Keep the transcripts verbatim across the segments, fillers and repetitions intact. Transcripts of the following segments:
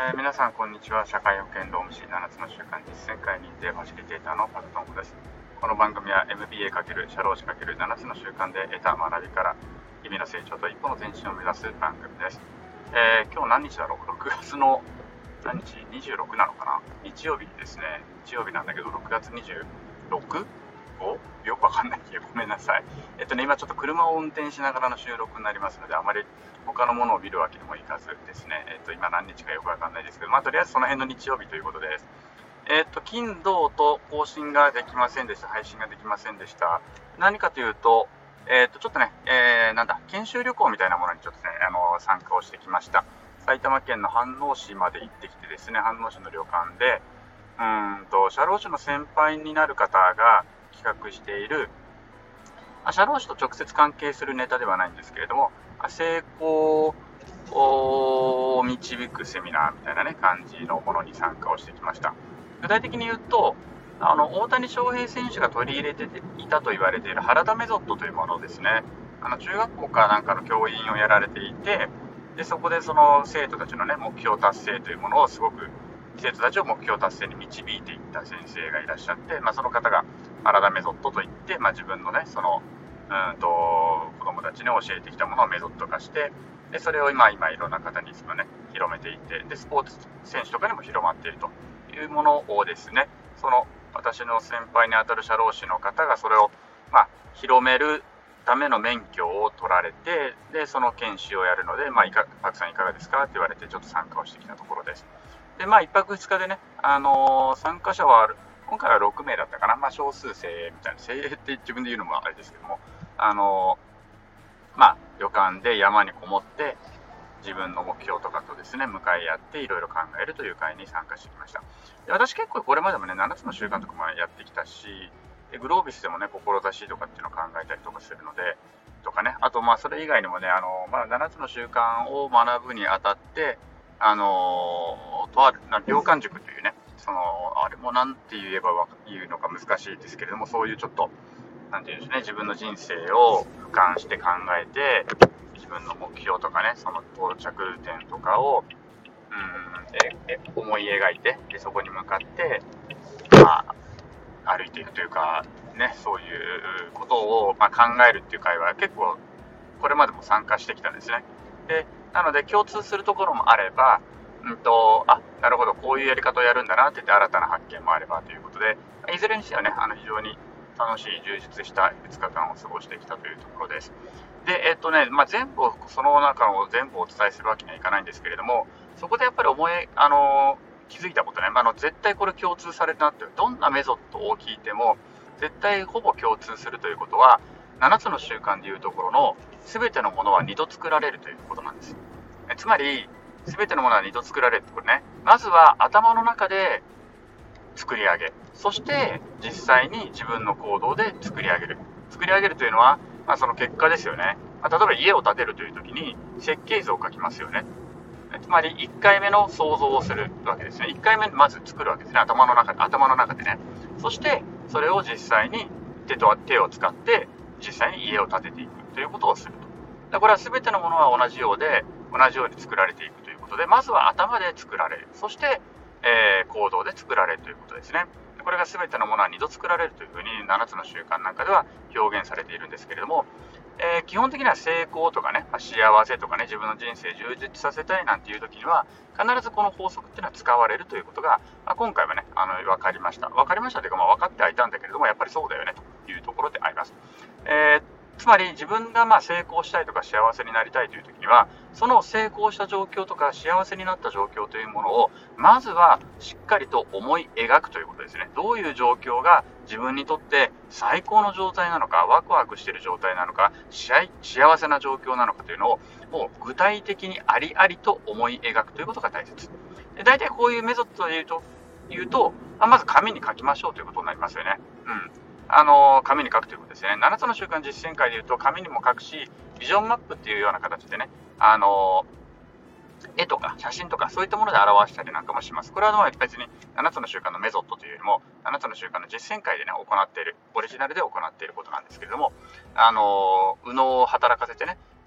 えー皆さんこんにちは。社会保険労務士ななつの習慣実践会認定ファシリテーターのパクトンコです。この番組は エムビーエー× 社労士 ×なな つの習慣で得た学びから日々の成長と一歩の前進を目指す番組です。えー今日何日だろう ?ろく 月の何日 ?にじゅうろく なのかな、日曜日ですね。日曜日なんだけどろくがつ にじゅうろく? よくわかんないけどごめんなさい。えっとね、今ちょっと車を運転しながらの収録になりますので、あまり他のものを見るわけにもいかずですね、えっと今何日かよくわかんないですけど、まあとりあえずその辺の日曜日ということです。えっと金土と更新ができませんでした。配信ができませんでした。何かというと、えっとちょっとね、えー、なんだ研修旅行みたいなものにちょっとね、あの参加をしてきました。埼玉県の飯能市まで行ってきてですね、飯能市の旅館で、うーんと社労士の先輩になる方が企画している、社労士と直接関係するネタではないんですけれども、成功を導くセミナーみたいなね感じのものに参加をしてきました。具体的に言うと、あの大谷翔平選手が取り入れていたと言われている原田メソッドというものですね。あの中学校かなんかの教員をやられていて、でそこでその生徒たちのね目標達成というものをすごく生徒たちを目標達成に導いていった先生がいらっしゃって、まあ、その方が原田メソッドといって、まあ、自分のねそのうんと子供たちに教えてきたものをメソッド化して、でそれを今今いろんな方にその、ね、広めていて、でスポーツ選手とかにも広まっているというものをですね、その私の先輩にあたる社労士の方がそれを、まあ、広めるための免許を取られて、でその研修をやるので、まあ、いかパクさんいかがですかって言われてちょっと参加をしてきたところです。でまあいっぱくふつかでね、あのー参加者は今回はろくめいだったかな、まあ、少数精鋭みたいな、精鋭って自分で言うのもあれですけども、あのーまあ旅館で山にこもって自分の目標とかとですね向かい合っていろいろ考えるという会に参加してきました。で私結構これまでもねななつの習慣とかもやってきたし、でグロービスでもね志とかっていうのを考えたりとかするのでとかね、あとまあそれ以外にもね、あの、まあ、ななつの習慣を学ぶにあたってあのとある行間塾というね、そのあれもなんて言えば言うのか難しいですけれども、そういうちょっとなんていうんですね、自分の人生を俯瞰して考えて、自分の目標とかね、その到着点とかをうんえ思い描いて、でそこに向かって、まあ、歩いていくというか、ね、そういうことを、まあ、考えるっていう会話は結構これまでも参加してきたんですね。でなので共通するところもあれば、うんとあなるほどこういうやり方をやるんだなって言って新たな発見もあればということで、いずれにしてはね、あの非常に楽しい充実したふつかかんを過ごしてきたというところです。でえっとね、まあ、全部その中の全部お伝えするわけにはいかないんですけれども、そこでやっぱり思いあの気づいたことね、まあ、の絶対これ共通されるなって、どんなメソッドを聞いても絶対ほぼ共通するということは、ななつの習慣でいうところの全てのものは二度作られるということなんです。えつまり全てのものは二度作られるってこれね、まずは頭の中で作り上げ、そして実際に自分の行動で作り上げる。作り上げるというのは、まあ、その結果ですよね。まあ、例えば家を建てるという時に設計図を書きますよね。つまりいっかいめの想像をするわけですね。いっかいめまず作るわけですね。頭の中で、頭の中でね。そしてそれを実際に手と手を使って実際に家を建てていくということをすると。これは全てのものは同じようで、同じように作られていくということで、まずは頭で作られる。そして、えー、行動で作られるということですね。これが全てのものは二度作られるというふうにななつの習慣なんかでは表現されているんですけれども、えー、基本的には成功とかね、幸せとかね、自分の人生充実させたいなんていう時には必ずこの法則っていうのは使われるということが、まあ、今回はねあの分かりました分かりましたというか、まあ、分かってはいたんだけれども、やっぱりそうだよねというところであります。えーつまり自分がまあ成功したいとか幸せになりたいという時には、その成功した状況とか幸せになった状況というものをまずはしっかりと思い描くということですね。どういう状況が自分にとって最高の状態なのか、ワクワクしている状態なのか、幸せな状況なのかというのをもう具体的にありありと思い描くということが大切で、大体こういうメソッドで言うと言うとまず紙に書きましょうということになりますよね。うんあの紙に書くということですね。ななつの習慣実践会でいうと紙にも書くし、ビジョンマップっていうような形でね、あの絵とか写真とかそういったもので表したりなんかもします。これは別にななつの習慣のメソッドというよりもななつの習慣の実践会でね行っている、オリジナルで行っていることなんですけれども、あの右脳を働かせてね、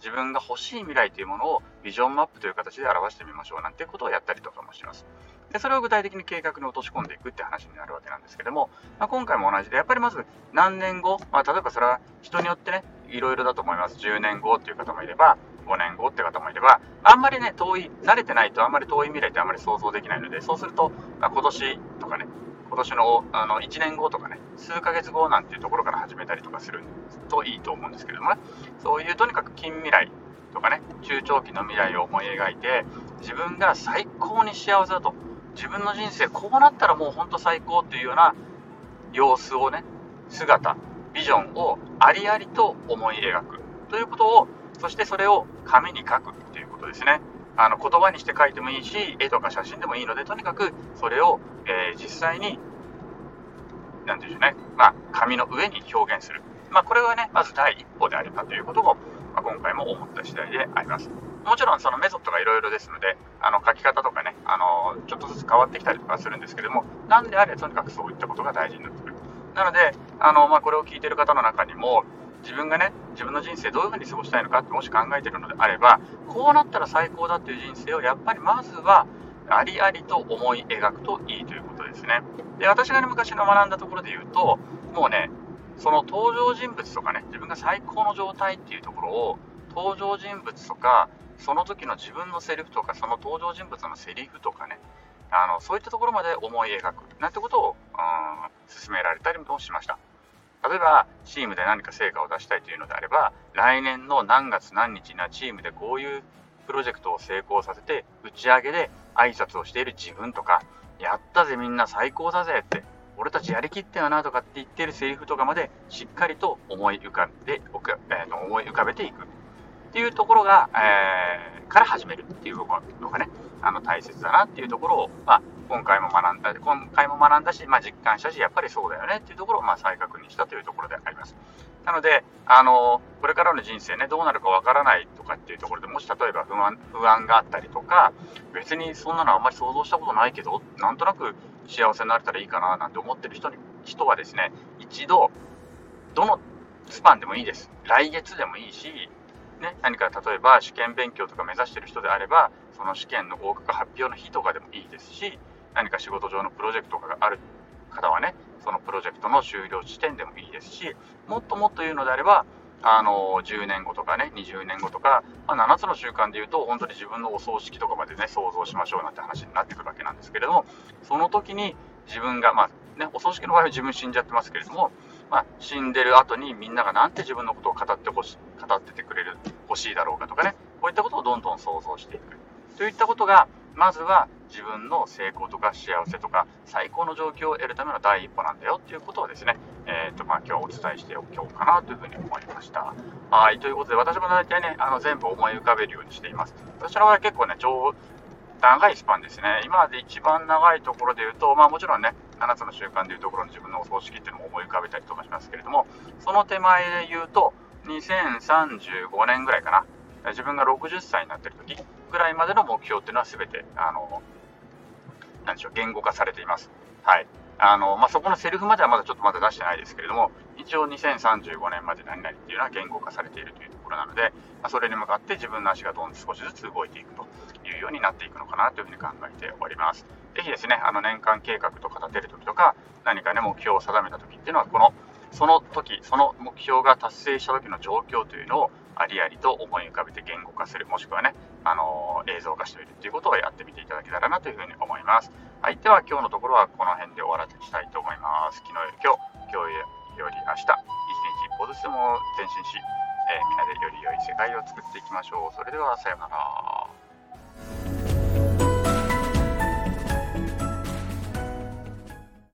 自分が欲しい未来というものをビジョンマップという形で表してみましょうなんていうことをやったりとかもします。でそれを具体的に計画に落とし込んでいくって話になるわけなんですけども、まあ、今回も同じでやっぱりまず何年後、まあ、例えばそれは人によってねいろいろだと思います。じゅうねんごっていう方もいればごねんごって方もいれば、あんまりね遠い慣れてないとあんまり遠い未来ってあんまり想像できないので、そうすると、まあ、今年とかね今年の、あのいちねんごとかね数ヶ月後なんていうところから始めたりとかするといいと思うんですけれどもね、そういうとにかく近未来とかね中長期の未来を思い描いて、自分が最高に幸せだと、自分の人生こうなったらもうほんと最高っていうような様子をね姿ビジョンをありありと思い描くということを、そしてそれを紙に書くっていうことですね。あの言葉にして書いてもいいし、絵とか写真でもいいので、とにかくそれを、えー、実際になんていうんでしょうね、まあ、紙の上に表現する、まあ、これはねまず第一歩であるかということを、まあ、今回も思った次第であります。もちろんそのメソッドがいろいろですので、あの書き方とかね、あのちょっとずつ変わってきたりとかするんですけども、なんであれとにかくそういったことが大事になってくる。なのであの、まあ、これを聞いている方の中にも、自分がね自分の人生どういうふうに過ごしたいのかってもし考えているのであれば、こうなったら最高だっていう人生をやっぱりまずはありありと思い描くといいということですね。で私が、ね、昔の学んだところで言うと、もうねその登場人物とかね自分が最高の状態っていうところを、登場人物とかその時の自分のセリフとかその登場人物のセリフとかね、あのそういったところまで思い描くなんてことを、うん、進められたりもしました。例えばチームで何か成果を出したいというのであれば、来年の何月何日にはチームでこういうプロジェクトを成功させて、打ち上げで挨拶をしている自分とか、やったぜみんな最高だぜって、俺たちやりきったよなとかって言っているセリフとかまでしっかりと思い浮かべて、えー、思い浮かべていくっていうところが、えー、から始めるっていうのがね、あの大切だなっていうところを、まあ、今回も学んだ、今回も学んだし、まあ、実感したし、やっぱりそうだよねっていうところを、まあ、再確認したというところであります。なので、あのこれからの人生ね、どうなるかわからないとかっていうところで、もし例えば不安、不安があったりとか、別にそんなのあんまり想像したことないけど、なんとなく幸せになれたらいいかななんて思ってる人に人はですね、一度、どのスパンでもいいです。来月でもいいし、ね、何か例えば試験勉強とか目指している人であれば、その試験の合格発表の日とかでもいいですし、何か仕事上のプロジェクトがある方はね、そのプロジェクトの終了地点でもいいですし、もっともっと言うのであれば、あのじゅうねんごとかねにじゅうねんごとか、まあ、ななつの習慣でいうと本当に自分のお葬式とかまでね想像しましょうなんて話になってくるわけなんですけれども、その時に自分が、まあね、お葬式の場合は自分死んじゃってますけれども、まあ、死んでる後にみんながなんて自分のことを語ってほし語っててくれる欲しいだろうかとかね、こういったことをどんどん想像していくといったことが、まずは自分の成功とか幸せとか最高の状況を得るための第一歩なんだよっていうことをですね、えーとまあ、今日お伝えしておこうかなというふうに思いました。はい、ということで私も大体ねあの全部思い浮かべるようにしています。私の場合は結構ね超長いスパンですね。今まで一番長いところで言うと、まあもちろんねななつの習慣でいうところの自分のお葬式っていうのも思い浮かべたりとかしますけれども、その手前で言うとにせんさんじゅうごねんぐらいかな、自分がろくじゅっさいになってる時ぐらいまでの目標っていうのは全てあのなんでしょう言語化されています。はい。あのまあ、そこのセリフまではまだちょっとまだ出してないですけれども、一応にせんさんじゅうごねんまで何々っていうのは言語化されているというところなので、まあ、それに向かって自分の足がどんどん少しずつ動いていくというようになっていくのかなというふうに考えております。ぜひですね、あの年間計画とか立てるときとか、何かね目標を定めたときっていうのは、このその時その目標が達成した時の状況というのをありありと思い浮かべて言語化する、もしくはね、あのー、映像化してみるということをやってみていただけたらなというふうに思います。はい、では今日のところはこの辺で終わらせたいと思います。昨日より今日、今日より明日、一日一歩ずつでも前進し、えー、みんなでより良い世界を作っていきましょう。それではさようなら。